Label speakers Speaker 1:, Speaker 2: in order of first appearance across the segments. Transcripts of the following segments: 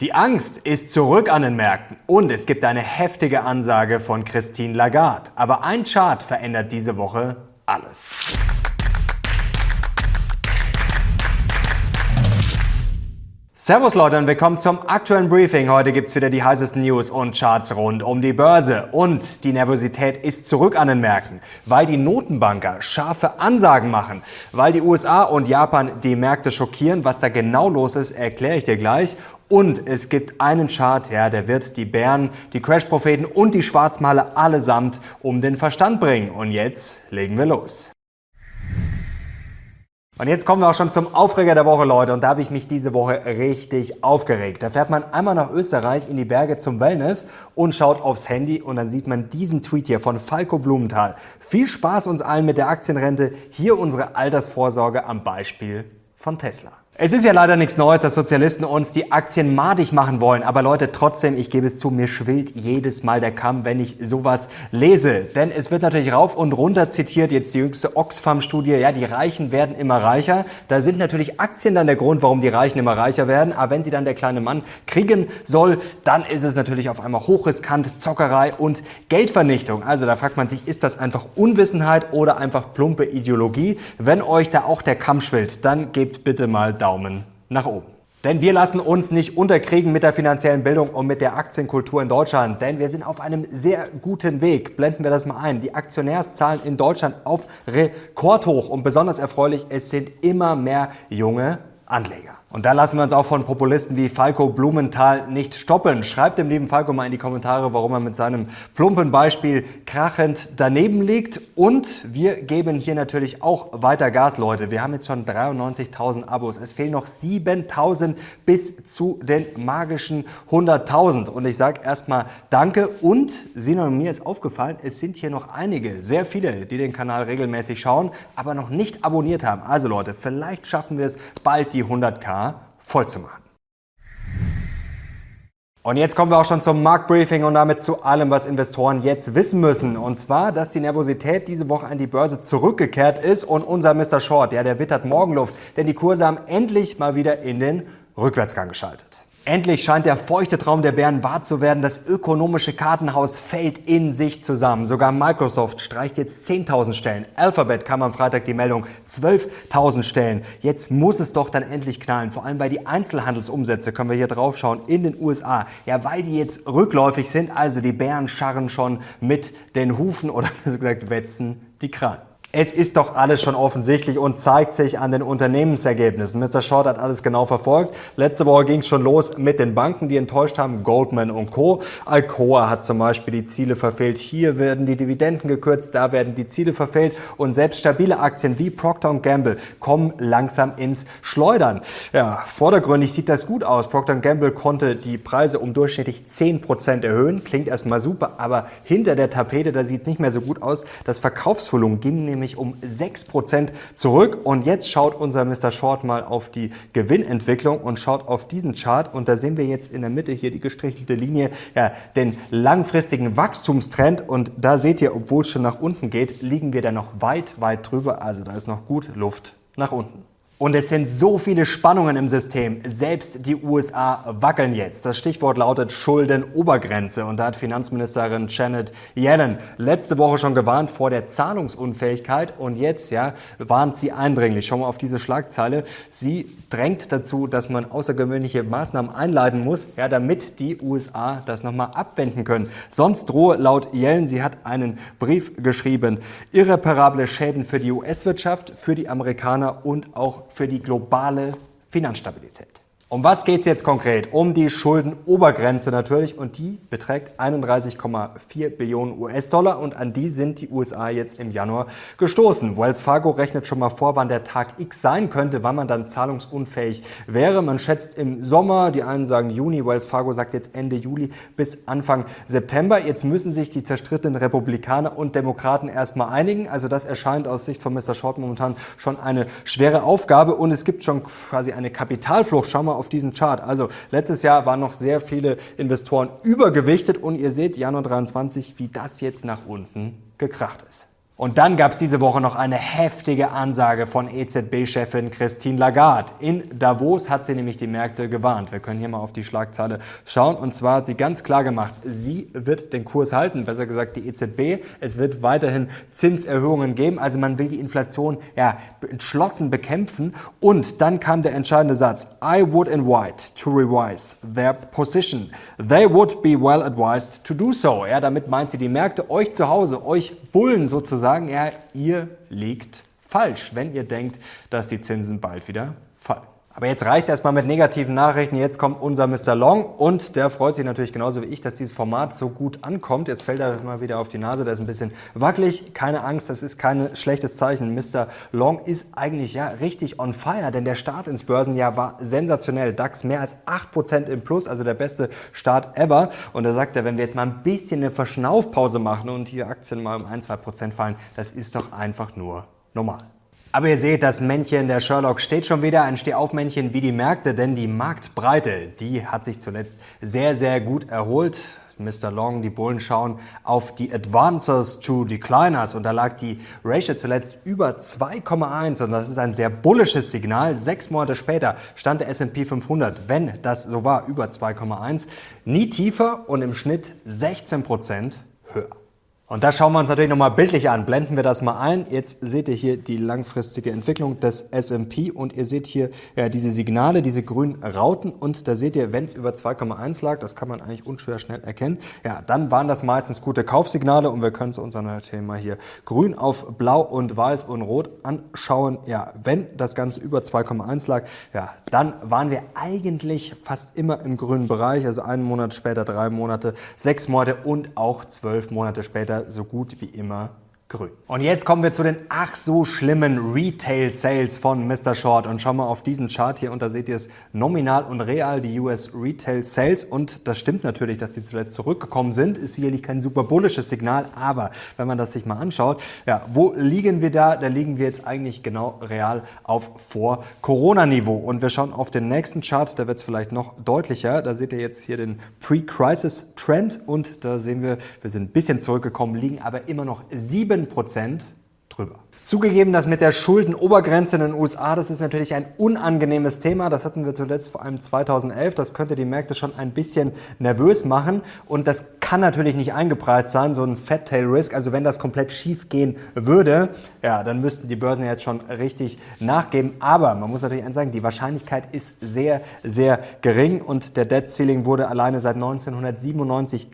Speaker 1: Die Angst ist zurück an den Märkten und es gibt eine heftige Ansage von Christine Lagarde. Aber ein Chart verändert diese Woche alles. Servus Leute und willkommen zum aktuellen Briefing. Heute gibt's wieder die heißesten News und Charts rund um die Börse. Und die Nervosität ist zurück an den Märkten, weil die Notenbanker scharfe Ansagen machen, weil die USA und Japan die Märkte schockieren. Was da genau los ist, erkläre ich dir gleich. Und es gibt einen Chart, der wird die Bären, die Crash-Propheten und die Schwarzmaler allesamt um den Verstand bringen. Und jetzt legen wir los. Und jetzt kommen wir auch schon zum Aufreger der Woche, Leute. Und da habe ich mich diese Woche richtig aufgeregt. Da fährt man einmal nach Österreich in die Berge zum Wellness und schaut aufs Handy und dann sieht man diesen Tweet hier von Falco Blumenthal. Viel Spaß uns allen mit der Aktienrente. Hier unsere Altersvorsorge am Beispiel von Tesla. Es ist ja leider nichts Neues, dass Sozialisten uns die Aktien madig machen wollen. Aber Leute, trotzdem, ich gebe es zu, mir schwillt jedes Mal der Kamm, wenn ich sowas lese. Denn es wird natürlich rauf und runter zitiert, jetzt die jüngste Oxfam-Studie, die Reichen werden immer reicher. Da sind natürlich Aktien dann der Grund, warum die Reichen immer reicher werden. Aber wenn sie dann der kleine Mann kriegen soll, dann ist es natürlich auf einmal hochriskant, Zockerei und Geldvernichtung. Also da fragt man sich, ist das einfach Unwissenheit oder einfach plumpe Ideologie? Wenn euch da auch der Kamm schwillt, dann gebt bitte mal Daumen nach oben. Denn wir lassen uns nicht unterkriegen mit der finanziellen Bildung und mit der Aktienkultur in Deutschland. Denn wir sind auf einem sehr guten Weg. Blenden wir das mal ein. Die Aktionärszahlen in Deutschland auf Rekordhoch. Und besonders erfreulich, es sind immer mehr junge Anleger. Und da lassen wir uns auch von Populisten wie Falco Blumenthal nicht stoppen. Schreibt dem lieben Falco mal in die Kommentare, warum er mit seinem plumpen Beispiel krachend daneben liegt. Und wir geben hier natürlich auch weiter Gas, Leute. Wir haben jetzt schon 93.000 Abos. Es fehlen noch 7.000 bis zu den magischen 100.000. Und ich sage erstmal Danke. Und Sina und mir ist aufgefallen, es sind hier noch einige, sehr viele, die den Kanal regelmäßig schauen, aber noch nicht abonniert haben. Also Leute, vielleicht schaffen wir es bald die 100.000 voll zu machen. Und jetzt kommen wir auch schon zum Marktbriefing und damit zu allem, was Investoren jetzt wissen müssen. Und zwar, dass die Nervosität diese Woche an die Börse zurückgekehrt ist und unser Mr. Short, der wittert Morgenluft, denn die Kurse haben endlich mal wieder in den Rückwärtsgang geschaltet. Endlich scheint der feuchte Traum der Bären wahr zu werden. Das ökonomische Kartenhaus fällt in sich zusammen. Sogar Microsoft streicht jetzt 10.000 Stellen. Alphabet kam am Freitag die Meldung 12.000 Stellen. Jetzt muss es doch dann endlich knallen. Vor allem, weil die Einzelhandelsumsätze, können wir hier drauf schauen, in den USA, weil die jetzt rückläufig sind. Also die Bären scharren schon mit den Hufen oder besser gesagt wetzen die Krallen. Es ist doch alles schon offensichtlich und zeigt sich an den Unternehmensergebnissen. Mr. Short hat alles genau verfolgt. Letzte Woche ging es schon los mit den Banken, die enttäuscht haben. Goldman & Co. Alcoa hat zum Beispiel die Ziele verfehlt. Hier werden die Dividenden gekürzt, da werden die Ziele verfehlt. Und selbst stabile Aktien wie Procter & Gamble kommen langsam ins Schleudern. Vordergründig sieht das gut aus. Procter & Gamble konnte die Preise um durchschnittlich 10% erhöhen. Klingt erstmal super, aber hinter der Tapete, da sieht es nicht mehr so gut aus. Das Verkaufsvolumen ging nämlich um 6% zurück. Und jetzt schaut unser Mr. Short mal auf die Gewinnentwicklung und schaut auf diesen Chart. Und da sehen wir jetzt in der Mitte hier die gestrichelte Linie, den langfristigen Wachstumstrend. Und da seht ihr, obwohl es schon nach unten geht, liegen wir da noch weit, weit drüber. Also da ist noch gut Luft nach unten. Und es sind so viele Spannungen im System. Selbst die USA wackeln jetzt. Das Stichwort lautet Schuldenobergrenze. Und da hat Finanzministerin Janet Yellen letzte Woche schon gewarnt vor der Zahlungsunfähigkeit. Und jetzt warnt sie eindringlich. Schauen wir auf diese Schlagzeile. Sie drängt dazu, dass man außergewöhnliche Maßnahmen einleiten muss, damit die USA das nochmal abwenden können. Sonst drohe laut Yellen, sie hat einen Brief geschrieben, irreparable Schäden für die US-Wirtschaft, für die Amerikaner und auch für die globale Finanzstabilität. Um was geht's jetzt konkret? Um die Schuldenobergrenze natürlich und die beträgt 31,4 Billionen US-Dollar und an die sind die USA jetzt im Januar gestoßen. Wells Fargo rechnet schon mal vor, wann der Tag X sein könnte, wann man dann zahlungsunfähig wäre. Man schätzt im Sommer, die einen sagen Juni, Wells Fargo sagt jetzt Ende Juli bis Anfang September. Jetzt müssen sich die zerstrittenen Republikaner und Demokraten erstmal einigen. Also das erscheint aus Sicht von Mr. Short momentan schon eine schwere Aufgabe und es gibt schon quasi eine Kapitalflucht. Schauen wir auf diesen Chart. Also letztes Jahr waren noch sehr viele Investoren übergewichtet und ihr seht Januar 23, wie das jetzt nach unten gekracht ist. Und dann gab es diese Woche noch eine heftige Ansage von EZB-Chefin Christine Lagarde. In Davos hat sie nämlich die Märkte gewarnt. Wir können hier mal auf die Schlagzeile schauen. Und zwar hat sie ganz klar gemacht, sie wird den Kurs halten, besser gesagt die EZB. Es wird weiterhin Zinserhöhungen geben. Also man will die Inflation entschlossen bekämpfen. Und dann kam der entscheidende Satz. I would invite to revise their position. They would be well advised to do so. Ja, damit meint sie die Märkte, euch zu Hause, euch Bullen sozusagen. Ja, ihr liegt falsch, wenn ihr denkt, dass die Zinsen bald wieder fallen. Aber jetzt reicht es erstmal mit negativen Nachrichten. Jetzt kommt unser Mr. Long und der freut sich natürlich genauso wie ich, dass dieses Format so gut ankommt. Jetzt fällt er mal wieder auf die Nase, der ist ein bisschen wackelig. Keine Angst, das ist kein schlechtes Zeichen. Mr. Long ist eigentlich richtig on fire, denn der Start ins Börsenjahr war sensationell. DAX mehr als 8% im Plus, also der beste Start ever. Und da sagt er, wenn wir jetzt mal ein bisschen eine Verschnaufpause machen und hier Aktien mal um 1-2% fallen, das ist doch einfach nur normal. Aber ihr seht, das Männchen der Sherlock steht schon wieder, ein Stehaufmännchen wie die Märkte, denn die Marktbreite, die hat sich zuletzt sehr, sehr gut erholt. Mr. Long, die Bullen schauen auf die Advancers to Decliners und da lag die Ratio zuletzt über 2,1 und das ist ein sehr bullisches Signal. 6 Monate später stand der S&P 500, wenn das so war, über 2,1, nie tiefer und im Schnitt 16% höher. Und das schauen wir uns natürlich nochmal bildlich an. Blenden wir das mal ein. Jetzt seht ihr hier die langfristige Entwicklung des S&P und ihr seht hier diese Signale, diese grünen Rauten und da seht ihr, wenn es über 2,1 lag, das kann man eigentlich unschwer schnell erkennen, dann waren das meistens gute Kaufsignale und wir können es uns natürlich mal hier grün auf blau und weiß und rot anschauen. Ja, wenn das Ganze über 2,1 lag, dann waren wir eigentlich fast immer im grünen Bereich, also einen Monat später, 3 Monate, 6 Monate und auch 12 Monate später so gut wie immer grün. Und jetzt kommen wir zu den ach so schlimmen Retail Sales von Mr. Short und schauen mal auf diesen Chart hier und da seht ihr es nominal und real, die US Retail Sales und das stimmt natürlich, dass die zuletzt zurückgekommen sind, ist sicherlich kein super bullisches Signal, aber wenn man das sich mal anschaut, wo liegen wir da? Da liegen wir jetzt eigentlich genau real auf Vor-Corona-Niveau und wir schauen auf den nächsten Chart, da wird es vielleicht noch deutlicher, da seht ihr jetzt hier den Pre-Crisis-Trend und da sehen wir sind ein bisschen zurückgekommen, liegen aber immer noch 7% drüber. Zugegeben, das mit der Schuldenobergrenze in den USA, das ist natürlich ein unangenehmes Thema. Das hatten wir zuletzt vor allem 2011. Das könnte die Märkte schon ein bisschen nervös machen. Und das kann natürlich nicht eingepreist sein, so ein Fat Tail Risk. Also wenn das komplett schief gehen würde, dann müssten die Börsen jetzt schon richtig nachgeben. Aber man muss natürlich eins sagen, die Wahrscheinlichkeit ist sehr, sehr gering. Und der Debt Ceiling wurde alleine seit 1997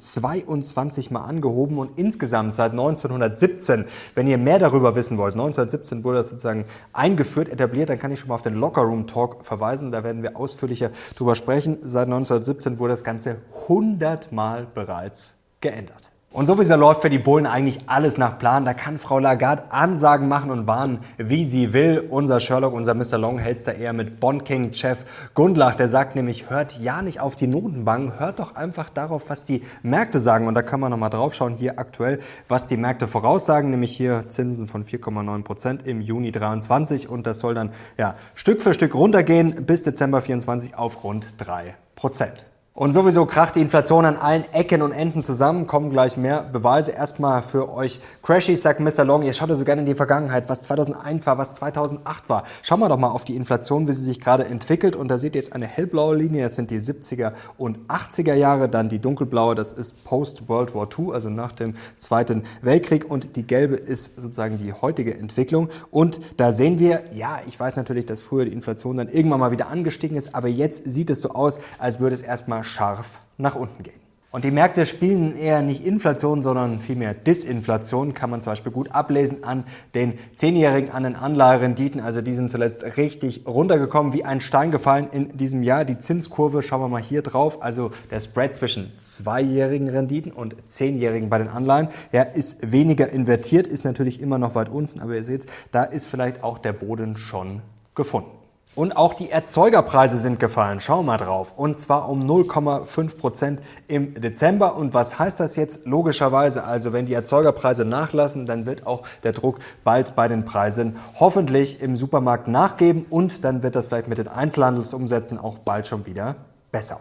Speaker 1: 22 Mal angehoben und insgesamt seit 1917. Wenn ihr mehr darüber wissen wollt, 1917 wurde das sozusagen eingeführt, etabliert, dann kann ich schon mal auf den Locker Room Talk verweisen, da werden wir ausführlicher drüber sprechen. Seit 1917 wurde das Ganze 100 Mal bereits geändert. Und sowieso läuft für die Bullen eigentlich alles nach Plan. Da kann Frau Lagarde Ansagen machen und warnen, wie sie will. Unser Sherlock, unser Mr. Long hält's da eher mit Bond-King-Chef Gundlach. Der sagt nämlich, hört ja nicht auf die Notenbanken, hört doch einfach darauf, was die Märkte sagen. Und da kann man nochmal drauf schauen, hier aktuell, was die Märkte voraussagen. Nämlich hier Zinsen von 4,9% im Juni 23. Und das soll dann Stück für Stück runtergehen bis Dezember 24 auf rund 3%. Und sowieso kracht die Inflation an allen Ecken und Enden zusammen, kommen gleich mehr Beweise. Erstmal für euch Crashies, sagt Mr. Long, ihr schaut ja so gerne in die Vergangenheit, was 2001 war, was 2008 war. Schauen wir doch mal auf die Inflation, wie sie sich gerade entwickelt. Und da seht ihr jetzt eine hellblaue Linie, das sind die 70er und 80er Jahre. Dann die dunkelblaue, das ist Post-World War II, also nach dem Zweiten Weltkrieg. Und die gelbe ist sozusagen die heutige Entwicklung. Und da sehen wir, ich weiß natürlich, dass früher die Inflation dann irgendwann mal wieder angestiegen ist, aber jetzt sieht es so aus, als würde es erstmal scharf nach unten gehen. Und die Märkte spielen eher nicht Inflation, sondern vielmehr Disinflation, kann man zum Beispiel gut ablesen an den 10-Jährigen, an den Anleiherenditen. Also die sind zuletzt richtig runtergekommen, wie ein Stein gefallen in diesem Jahr. Die Zinskurve, schauen wir mal hier drauf, also der Spread zwischen 2-jährigen Renditen und 10-jährigen bei den Anleihen, ist weniger invertiert, ist natürlich immer noch weit unten, aber ihr seht, da ist vielleicht auch der Boden schon gefunden. Und auch die Erzeugerpreise sind gefallen. Schauen wir mal drauf. Und zwar um 0,5% im Dezember. Und was heißt das jetzt? Logischerweise, also wenn die Erzeugerpreise nachlassen, dann wird auch der Druck bald bei den Preisen hoffentlich im Supermarkt nachgeben. Und dann wird das vielleicht mit den Einzelhandelsumsätzen auch bald schon wieder besser aussehen.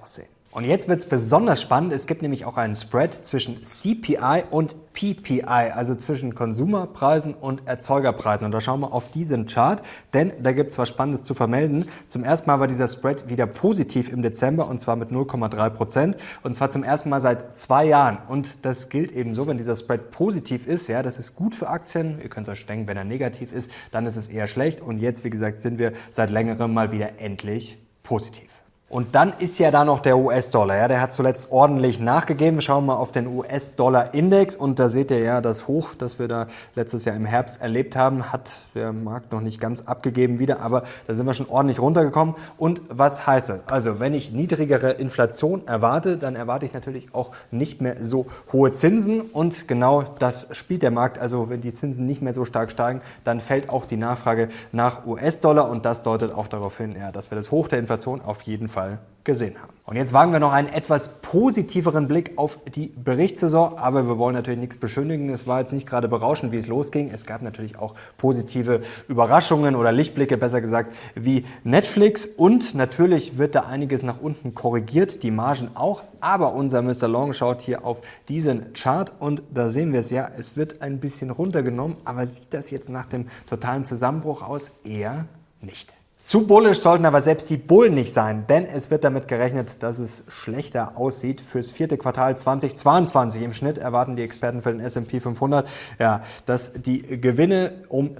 Speaker 1: Und jetzt wird es besonders spannend. Es gibt nämlich auch einen Spread zwischen CPI und PPI, also zwischen Konsumerpreisen und Erzeugerpreisen. Und da schauen wir auf diesen Chart, denn da gibt es was Spannendes zu vermelden. Zum ersten Mal war dieser Spread wieder positiv im Dezember und zwar mit 0,3%. Und zwar zum ersten Mal seit 2 Jahren. Und das gilt eben so, wenn dieser Spread positiv ist, ja, das ist gut für Aktien. Ihr könnt es euch denken, wenn er negativ ist, dann ist es eher schlecht. Und jetzt, wie gesagt, sind wir seit längerem mal wieder endlich positiv. Und dann ist ja da noch der US-Dollar. Ja, der hat zuletzt ordentlich nachgegeben. Schauen wir mal auf den US-Dollar-Index und da seht ihr ja das Hoch, das wir da letztes Jahr im Herbst erlebt haben, hat der Markt noch nicht ganz abgegeben wieder, aber da sind wir schon ordentlich runtergekommen. Und was heißt das? Also wenn ich niedrigere Inflation erwarte, dann erwarte ich natürlich auch nicht mehr so hohe Zinsen und genau das spielt der Markt. Also wenn die Zinsen nicht mehr so stark steigen, dann fällt auch die Nachfrage nach US-Dollar und das deutet auch darauf hin, ja, dass wir das Hoch der Inflation auf jeden Fall gesehen haben. Und jetzt wagen wir noch einen etwas positiveren Blick auf die Berichtssaison, aber wir wollen natürlich nichts beschönigen. Es war jetzt nicht gerade berauschend, wie es losging. Es gab natürlich auch positive Überraschungen oder Lichtblicke, besser gesagt, wie Netflix und natürlich wird da einiges nach unten korrigiert, die Margen auch, aber unser Mr. Long schaut hier auf diesen Chart und da sehen wir es ja, es wird ein bisschen runtergenommen, aber sieht das jetzt nach dem totalen Zusammenbruch aus? Eher nicht. Zu bullish sollten aber selbst die Bullen nicht sein, denn es wird damit gerechnet, dass es schlechter aussieht fürs 4. Quartal 2022. Im Schnitt erwarten die Experten für den S&P 500, ja, dass die Gewinne um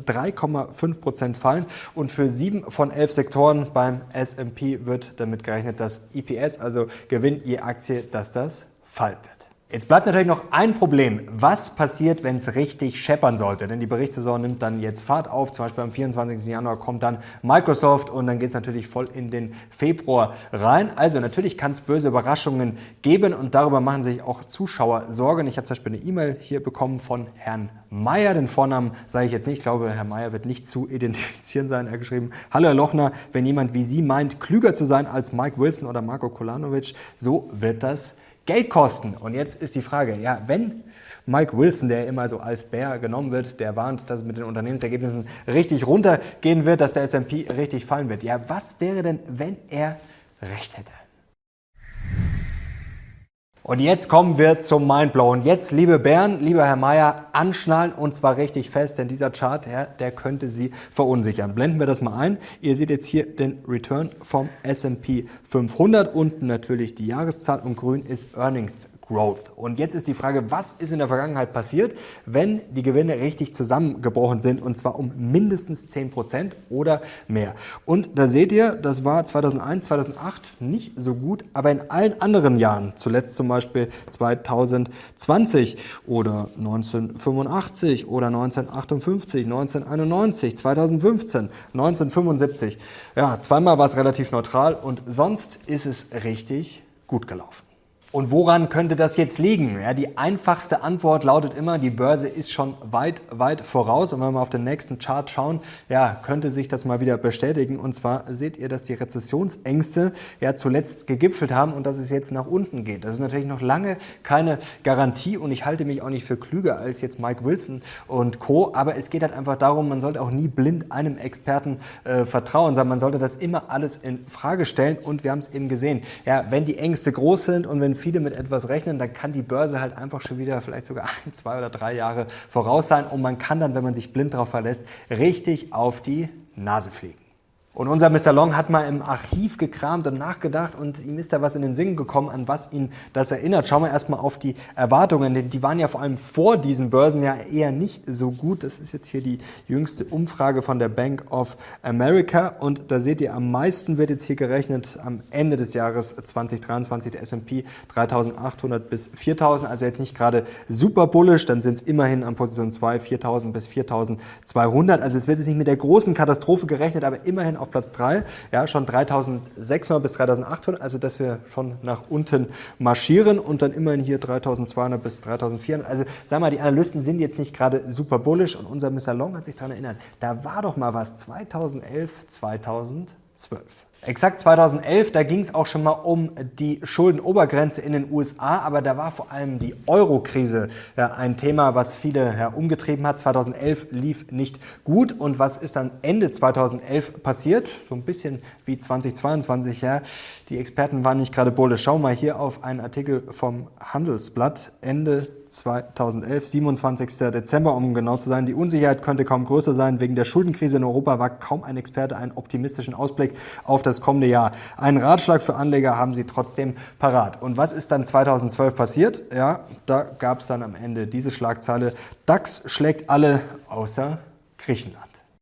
Speaker 1: 3,5% fallen und für 7 von 11 Sektoren beim S&P wird damit gerechnet, dass EPS, also Gewinn je Aktie, dass das fallen wird. Jetzt bleibt natürlich noch ein Problem. Was passiert, wenn es richtig scheppern sollte? Denn die Berichtssaison nimmt dann jetzt Fahrt auf. Zum Beispiel am 24. Januar kommt dann Microsoft und dann geht es natürlich voll in den Februar rein. Also natürlich kann es böse Überraschungen geben und darüber machen sich auch Zuschauer Sorgen. Ich habe zum Beispiel eine E-Mail hier bekommen von Herrn Meyer. Den Vornamen sage ich jetzt nicht. Ich glaube, Herr Meyer wird nicht zu identifizieren sein. Er hat geschrieben, hallo Herr Lochner, wenn jemand wie Sie meint, klüger zu sein als Mike Wilson oder Marko Kolanovic, so wird das Geld kosten. Und jetzt ist die Frage, ja, wenn Mike Wilson, der immer so als Bär genommen wird, der warnt, dass es mit den Unternehmensergebnissen richtig runtergehen wird, dass der S&P richtig fallen wird. Ja, was wäre denn, wenn er recht hätte? Und jetzt kommen wir zum Mindblow. Und jetzt, liebe Bären, lieber Herr Meyer, anschnallen und zwar richtig fest, denn dieser Chart, ja, der könnte Sie verunsichern. Blenden wir das mal ein. Ihr seht jetzt hier den Return vom S&P 500, unten natürlich die Jahreszahl und grün ist Earnings Growth. Und jetzt ist die Frage, was ist in der Vergangenheit passiert, wenn die Gewinne richtig zusammengebrochen sind und zwar um mindestens 10% oder mehr. Und da seht ihr, das war 2001, 2008 nicht so gut, aber in allen anderen Jahren, zuletzt zum Beispiel 2020 oder 1985 oder 1958, 1991, 2015, 1975. Ja, zweimal war es relativ neutral und sonst ist es richtig gut gelaufen. Und woran könnte das jetzt liegen? Ja, die einfachste Antwort lautet immer, die Börse ist schon weit, weit voraus. Und wenn wir auf den nächsten Chart schauen, ja, könnte sich das mal wieder bestätigen. Und zwar seht ihr, dass die Rezessionsängste ja zuletzt gegipfelt haben und dass es jetzt nach unten geht. Das ist natürlich noch lange keine Garantie und ich halte mich auch nicht für klüger als jetzt Mike Wilson und Co. Aber es geht halt einfach darum, man sollte auch nie blind einem Experten vertrauen, sondern man sollte das immer alles in Frage stellen. Und wir haben es eben gesehen, ja, wenn die Ängste groß sind und wenn viele mit etwas rechnen, dann kann die Börse halt einfach schon wieder vielleicht sogar 1, 2 oder 3 Jahre voraus sein und man kann dann, wenn man sich blind darauf verlässt, richtig auf die Nase fliegen. Und unser Mr. Long hat mal im Archiv gekramt und nachgedacht und ihm ist da was in den Sinn gekommen, an was ihn das erinnert. Schauen wir erstmal auf die Erwartungen, denn die waren ja vor allem vor diesen Börsen ja eher nicht so gut. Das ist jetzt hier die jüngste Umfrage von der Bank of America und da seht ihr, am meisten wird jetzt hier gerechnet am Ende des Jahres 2023 der S&P 3.800 bis 4.000, also jetzt nicht gerade super bullish, dann sind es immerhin an Position 2 4.000 bis 4.200, also es wird jetzt nicht mit der großen Katastrophe gerechnet, aber immerhin auf Platz 3, ja, schon 3.600 bis 3.800, also dass wir schon nach unten marschieren und dann immerhin hier 3.200 bis 3.400. Also sagen wir mal, die Analysten sind jetzt nicht gerade super bullish und unser Mr. Long hat sich daran erinnert, da war doch mal was 2011, 2012. Exakt 2011, da ging es auch schon mal um die Schuldenobergrenze in den USA, aber da war vor allem die Euro-Krise ein Thema, was viele umgetrieben hat. 2011 lief nicht gut und was ist dann Ende 2011 passiert? So ein bisschen wie 2022, ja. Die Experten waren nicht gerade bullisch. Schau mal hier auf einen Artikel vom Handelsblatt, Ende 2011, 27. Dezember, um genau zu sein. Die Unsicherheit könnte kaum größer sein. Wegen der Schuldenkrise in Europa war kaum ein Experte einen optimistischen Ausblick auf das kommende Jahr. Einen Ratschlag für Anleger haben sie trotzdem parat. Und was ist dann 2012 passiert? Ja, da gab es dann am Ende diese Schlagzeile: DAX schlägt alle außer Griechenland.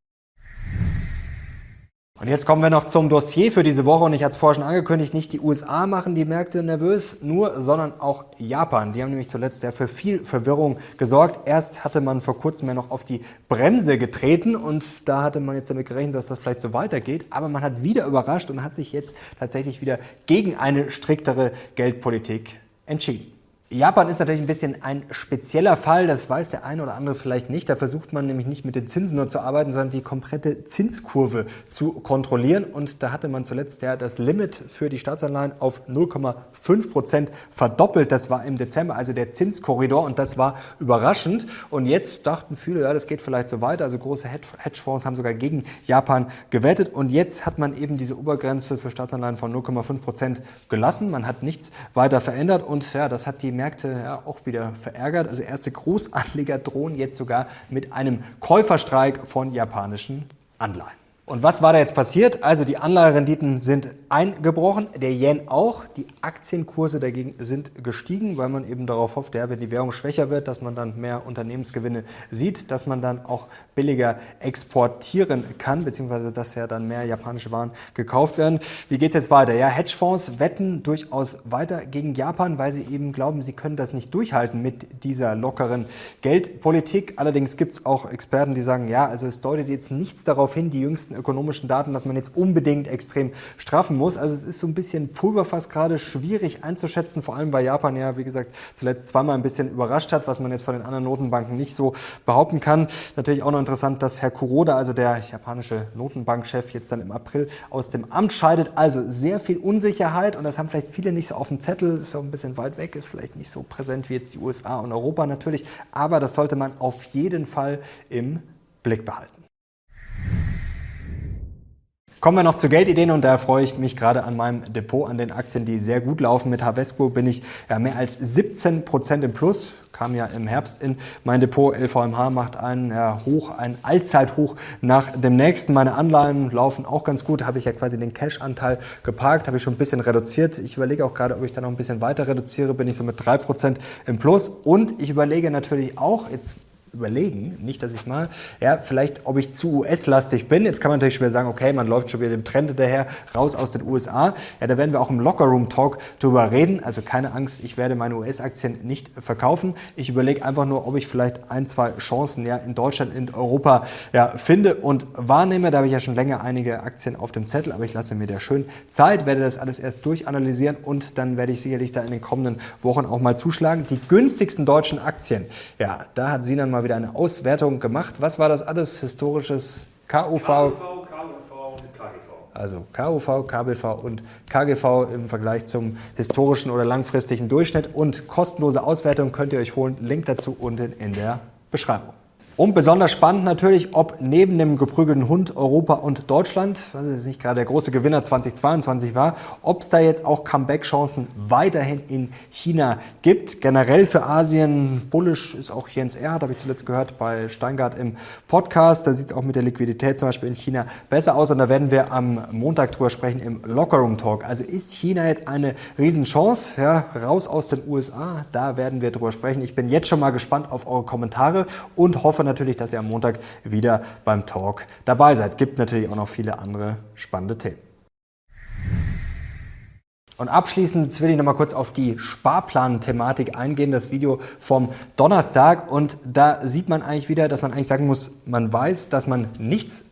Speaker 1: Und jetzt kommen wir noch zum Dossier für diese Woche und ich hatte es vorher schon angekündigt, nicht die USA machen die Märkte nervös, sondern auch Japan. Die haben nämlich zuletzt für viel Verwirrung gesorgt. Erst hatte man vor kurzem noch auf die Bremse getreten und da hatte man jetzt damit gerechnet, dass das vielleicht so weitergeht. Aber man hat wieder überrascht und hat sich jetzt tatsächlich wieder gegen eine striktere Geldpolitik entschieden. Japan ist natürlich ein bisschen ein spezieller Fall, das weiß der eine oder andere vielleicht nicht. Da versucht man nämlich nicht mit den Zinsen nur zu arbeiten, sondern die komplette Zinskurve zu kontrollieren. Und da hatte man zuletzt das Limit für die Staatsanleihen auf 0,5% verdoppelt. Das war im Dezember, also der Zinskorridor, und das war überraschend. Und jetzt dachten viele, ja, das geht vielleicht so weiter. Also große Hedgefonds haben sogar gegen Japan gewettet. Und jetzt hat man eben diese Obergrenze für Staatsanleihen von 0,5% gelassen. Man hat nichts weiter verändert und ja, das hat die Märkte auch wieder verärgert. Also erste Großanleger drohen jetzt sogar mit einem Käuferstreik von japanischen Anleihen. Und was war da jetzt passiert? Also die Anleiherenditen sind eingebrochen, der Yen auch. Die Aktienkurse dagegen sind gestiegen, weil man eben darauf hofft, wenn die Währung schwächer wird, dass man dann mehr Unternehmensgewinne sieht, dass man dann auch billiger exportieren kann, beziehungsweise dass dann mehr japanische Waren gekauft werden. Wie geht es jetzt weiter? Ja, Hedgefonds wetten durchaus weiter gegen Japan, weil sie eben glauben, sie können das nicht durchhalten mit dieser lockeren Geldpolitik. Allerdings gibt es auch Experten, die sagen, ja, also es deutet jetzt nichts darauf hin, die jüngsten ökonomischen Daten, dass man jetzt unbedingt extrem straffen muss. Also es ist so ein bisschen Pulverfass gerade, schwierig einzuschätzen, vor allem weil Japan ja, wie gesagt, zuletzt zweimal ein bisschen überrascht hat, was man jetzt von den anderen Notenbanken nicht so behaupten kann. Natürlich auch noch interessant, dass Herr Kuroda, also der japanische Notenbankchef, jetzt dann im April aus dem Amt scheidet. Also sehr viel Unsicherheit und das haben vielleicht viele nicht so auf dem Zettel, ist so ein bisschen weit weg, ist vielleicht nicht so präsent wie jetzt die USA und Europa natürlich, aber das sollte man auf jeden Fall im Blick behalten. Kommen wir noch zu Geldideen und da freue ich mich gerade an meinem Depot, an den Aktien, die sehr gut laufen. Mit Havesco bin ich mehr als 17% im Plus. Kam ja im Herbst in mein Depot. LVMH macht einen Allzeithoch nach dem nächsten. Meine Anleihen laufen auch ganz gut. Habe ich ja quasi den Cash-Anteil geparkt, habe ich schon ein bisschen reduziert. Ich überlege auch gerade, ob ich da noch ein bisschen weiter reduziere. Bin ich so mit 3% im Plus. Und ich überlege natürlich auch, nicht, dass ich mal, vielleicht, ob ich zu US-lastig bin. Jetzt kann man natürlich schwer sagen, okay, man läuft schon wieder dem Trend hinterher, raus aus den USA. Ja, da werden wir auch im Locker-Room-Talk drüber reden. Also keine Angst, ich werde meine US-Aktien nicht verkaufen. Ich überlege einfach nur, ob ich vielleicht ein, zwei Chancen in Deutschland, in Europa finde und wahrnehme. Da habe ich ja schon länger einige Aktien auf dem Zettel, aber ich lasse mir da schön Zeit, werde das alles erst durchanalysieren und dann werde ich sicherlich da in den kommenden Wochen auch mal zuschlagen. Die günstigsten deutschen Aktien, da hat Sinan mal wieder eine Auswertung gemacht. Was war das alles? Historisches KUV? KUV, KBV und KGV. Also KUV, KBV und KGV im Vergleich zum historischen oder langfristigen Durchschnitt. Und kostenlose Auswertung könnt ihr euch holen. Link dazu unten in der Beschreibung. Und besonders spannend natürlich, ob neben dem geprügelten Hund Europa und Deutschland, was jetzt nicht gerade der große Gewinner 2022 war, ob es da jetzt auch Comeback-Chancen weiterhin in China gibt. Generell für Asien bullisch ist auch Jens Erhardt, habe ich zuletzt gehört bei Steingart im Podcast. Da sieht es auch mit der Liquidität zum Beispiel in China besser aus und da werden wir am Montag drüber sprechen im Lockerroom Talk. Also ist China jetzt eine Riesenchance, raus aus den USA? Da werden wir drüber sprechen. Ich bin jetzt schon mal gespannt auf eure Kommentare und hoffe natürlich, dass ihr am Montag wieder beim Talk dabei seid. Gibt natürlich auch noch viele andere spannende Themen. Und abschließend will ich noch mal kurz auf die Sparplan-Thematik eingehen, das Video vom Donnerstag. Und da sieht man eigentlich wieder, dass man eigentlich sagen muss, man weiß, dass man nichts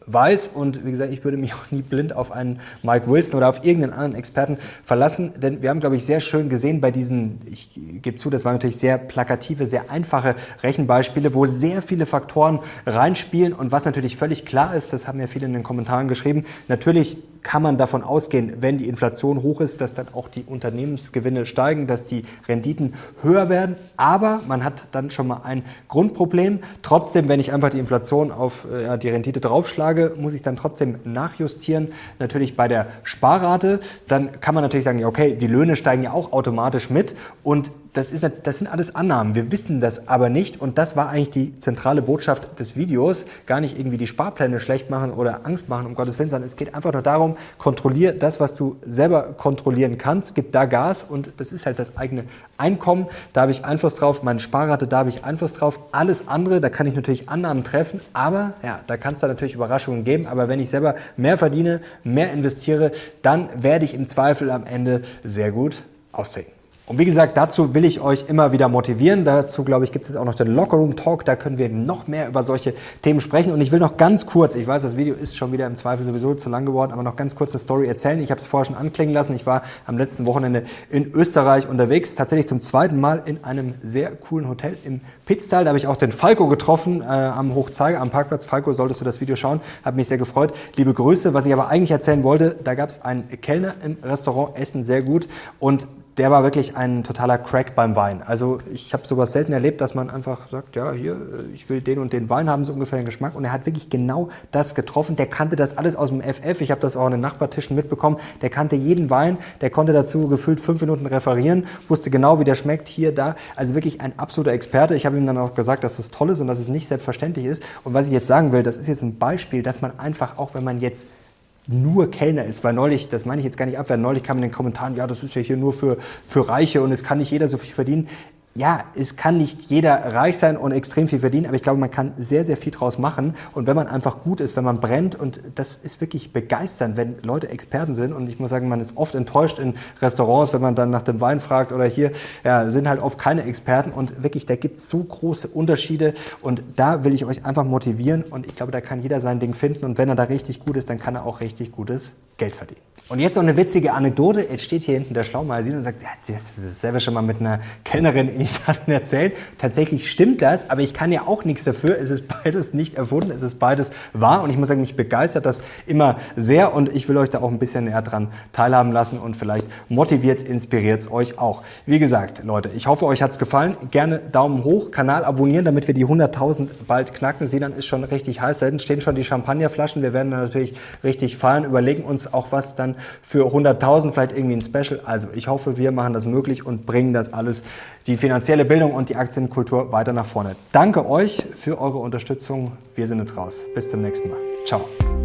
Speaker 1: weiß. Und wie gesagt, ich würde mich auch nie blind auf einen Mike Wilson oder auf irgendeinen anderen Experten verlassen. Denn wir haben, glaube ich, sehr schön gesehen bei diesen, ich gebe zu, das waren natürlich sehr plakative, sehr einfache Rechenbeispiele, wo sehr viele Faktoren reinspielen. Und was natürlich völlig klar ist, das haben ja viele in den Kommentaren geschrieben, natürlich kann man davon ausgehen, wenn die Inflation hoch ist, dass dann auch die Unternehmensgewinne steigen, dass die Renditen höher werden. Aber man hat dann schon mal ein Grundproblem. Trotzdem, wenn ich einfach die Inflation auf die Rendite draufschlage, muss ich dann trotzdem nachjustieren. Natürlich bei der Sparrate. Dann kann man natürlich sagen, ja, okay, die Löhne steigen ja auch automatisch mit. Und das sind alles Annahmen. Wir wissen das aber nicht. Und das war eigentlich die zentrale Botschaft des Videos. Gar nicht irgendwie die Sparpläne schlecht machen oder Angst machen, um Gottes Willen, sondern es geht einfach nur darum, kontrollier das, was du selber kontrollieren kannst. Gib da Gas und das ist halt das eigene Einkommen. Da habe ich Einfluss drauf. Meine Sparrate, da habe ich Einfluss drauf. Alles andere, da kann ich natürlich Annahmen treffen. Aber ja, da kann es da natürlich Überraschungen geben. Aber wenn ich selber mehr verdiene, mehr investiere, dann werde ich im Zweifel am Ende sehr gut aussehen. Und wie gesagt, dazu will ich euch immer wieder motivieren. Dazu, glaube ich, gibt es jetzt auch noch den Lockerroom Talk. Da können wir noch mehr über solche Themen sprechen. Und ich will noch ganz kurz, ich weiß, das Video ist schon wieder im Zweifel sowieso zu lang geworden, aber noch ganz kurz eine Story erzählen. Ich habe es vorher schon anklingen lassen. Ich war am letzten Wochenende in Österreich unterwegs, tatsächlich zum zweiten Mal in einem sehr coolen Hotel im Pitztal. Da habe ich auch den Falco getroffen am Hochzeiger, am Parkplatz. Falco, solltest du das Video schauen, hat mich sehr gefreut. Liebe Grüße. Was ich aber eigentlich erzählen wollte, da gab es einen Kellner im Restaurant, Essen sehr gut und der war wirklich ein totaler Crack beim Wein. Also ich habe sowas selten erlebt, dass man einfach sagt, ja, hier, ich will den und den Wein haben, so ungefähr den Geschmack. Und er hat wirklich genau das getroffen. Der kannte das alles aus dem FF. Ich habe das auch in den Nachbartischen mitbekommen. Der kannte jeden Wein. Der konnte dazu gefühlt 5 Minuten referieren, wusste genau, wie der schmeckt, hier, da. Also wirklich ein absoluter Experte. Ich habe ihm dann auch gesagt, dass das toll ist und dass es nicht selbstverständlich ist. Und was ich jetzt sagen will, das ist jetzt ein Beispiel, dass man einfach, auch wenn man jetzt nur Kellner ist, weil neulich, das meine ich jetzt gar nicht abwerten, neulich kam in den Kommentaren, ja, das ist ja hier nur für Reiche und es kann nicht jeder so viel verdienen. Ja, es kann nicht jeder reich sein und extrem viel verdienen, aber ich glaube, man kann sehr, sehr viel draus machen. Und wenn man einfach gut ist, wenn man brennt, und das ist wirklich begeisternd, wenn Leute Experten sind. Und ich muss sagen, man ist oft enttäuscht in Restaurants, wenn man dann nach dem Wein fragt oder hier, ja, sind halt oft keine Experten. Und wirklich, da gibt es so große Unterschiede. Und da will ich euch einfach motivieren. Und ich glaube, da kann jeder sein Ding finden. Und wenn er da richtig gut ist, dann kann er auch richtig gutes Geld verdienen. Und jetzt noch eine witzige Anekdote. Jetzt steht hier hinten der Schlaumeier und sagt, ja, das ist selber schon mal mit einer Kellnerin in Italien erzählt. Tatsächlich stimmt das, aber ich kann ja auch nichts dafür. Es ist beides nicht erfunden, es ist beides wahr. Und ich muss sagen, mich begeistert das immer sehr. Und ich will euch da auch ein bisschen näher dran teilhaben lassen. Und vielleicht motiviert es, inspiriert es euch auch. Wie gesagt, Leute, ich hoffe, euch hat es gefallen. Gerne Daumen hoch, Kanal abonnieren, damit wir die 100.000 bald knacken. Sinan ist schon richtig heiß. Da hinten stehen schon die Champagnerflaschen. Wir werden da natürlich richtig feiern. Überlegen uns auch was dann für 100.000, vielleicht irgendwie ein Special. Also ich hoffe, wir machen das möglich und bringen das alles, die finanzielle Bildung und die Aktienkultur weiter nach vorne. Danke euch für eure Unterstützung. Wir sind jetzt raus. Bis zum nächsten Mal. Ciao.